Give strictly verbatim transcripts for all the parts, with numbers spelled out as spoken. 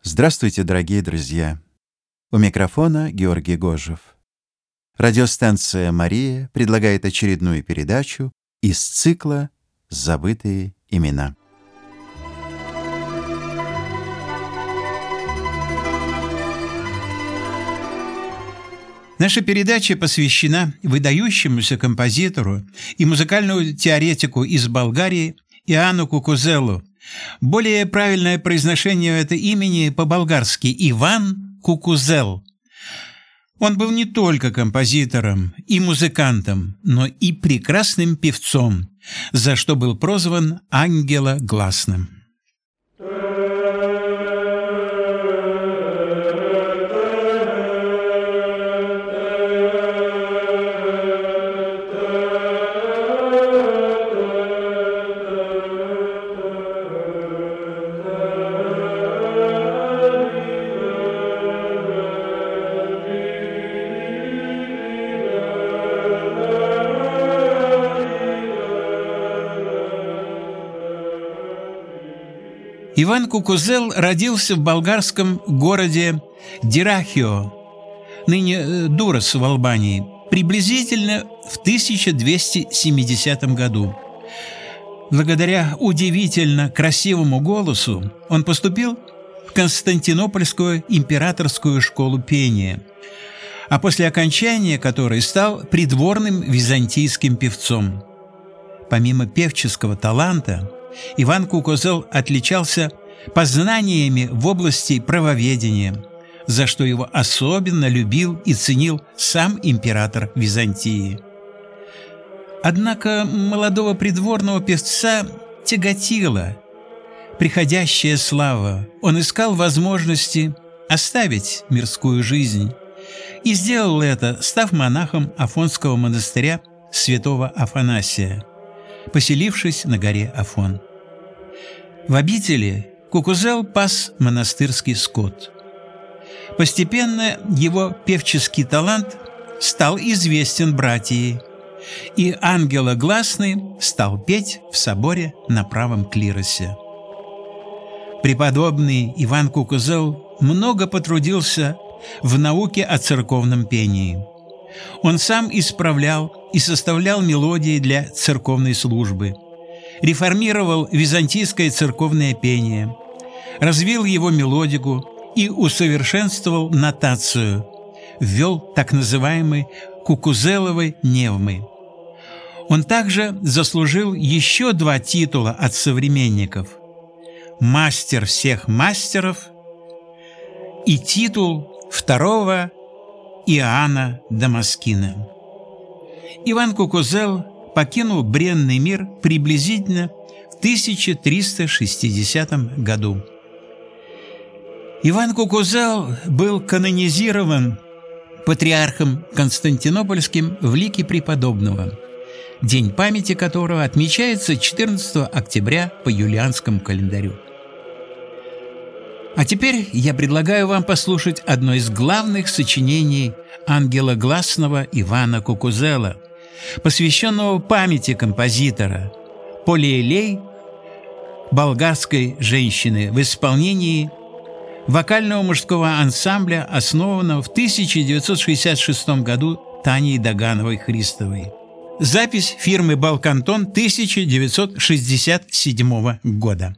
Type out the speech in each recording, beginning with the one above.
Здравствуйте, дорогие друзья! У микрофона Георгий Гожев. Радиостанция «Мария» предлагает очередную передачу из цикла «Забытые имена». Наша передача посвящена выдающемуся композитору и музыкальному теоретику из Болгарии Иоанну Кукузелу. Более правильное произношение этого имени по-болгарски – Иван Кукузел. Он был не только композитором и музыкантом, но и прекрасным певцом, за что был прозван «Ангелогласным». Иван Кукузел родился в болгарском городе Дирахио, ныне Дурас в Албании, приблизительно в тысяча двести семидесятом году. Благодаря удивительно красивому голосу он поступил в Константинопольскую императорскую школу пения, а после окончания которой стал придворным византийским певцом. Помимо певческого таланта, Иван Кукузел отличался познаниями в области правоведения, за что его особенно любил и ценил сам император Византии. Однако молодого придворного певца тяготила приходящая слава. Он искал возможности оставить мирскую жизнь и сделал это, став монахом Афонского монастыря святого Афанасия, поселившись на горе Афон. В обители Кукузел пас монастырский скот. Постепенно его певческий талант стал известен братьям, и ангелогласный стал петь в соборе на правом клиросе. Преподобный Иван Кукузел много потрудился в науке о церковном пении. Он сам исправлял и составлял мелодии для церковной службы, реформировал византийское церковное пение, развил его мелодику и усовершенствовал нотацию, ввел так называемые кукузеловы невмы. Он также заслужил еще два титула от современников – «Мастер всех мастеров» и титул второго Иоанна Дамаскина. Иван Кукузел покинул бренный мир приблизительно в тысяча триста шестидесятом году. Иван Кукузел был канонизирован патриархом Константинопольским в лике преподобного, день памяти которого отмечается четырнадцатого октября по юлианскому календарю. А теперь я предлагаю вам послушать одно из главных сочинений ангелогласного Ивана Кукузела, посвященного памяти композитора «Полиэлей» болгарской женщины в исполнении вокального мужского ансамбля, основанного в тысяча девятьсот шестьдесят шестом году Таней Догановой-Христовой. Запись фирмы «Балкантон» тысяча девятьсот шестьдесят седьмого года.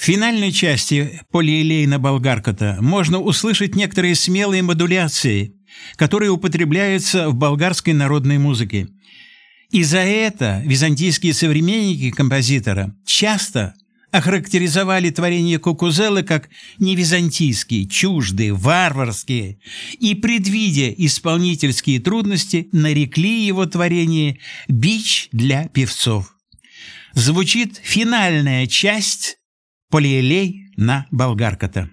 финальной части полиэлейна-болгаркота можно услышать некоторые смелые модуляции, которые употребляются в болгарской народной музыке. И за это византийские современники композитора часто охарактеризовали творения Кукузелы как невизантийские, чуждые, варварские, и, предвидя исполнительские трудности, нарекли его творение «бич для певцов». Звучит финальная часть полиэлей на болгаркота.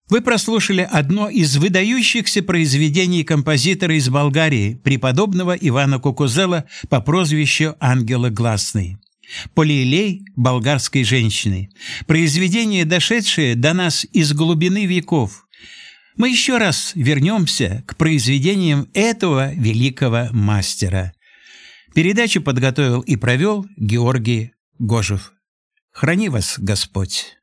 Вы прослушали одно из выдающихся произведений композитора из Болгарии, преподобного Ивана Кукузела по прозвищу Ангела Гласный. «Полиэлей болгарской женщины». Произведение, дошедшее до нас из глубины веков. Мы еще раз вернемся к произведениям этого великого мастера. Передачу подготовил и провел Георгий Гожев. Храни вас Господь!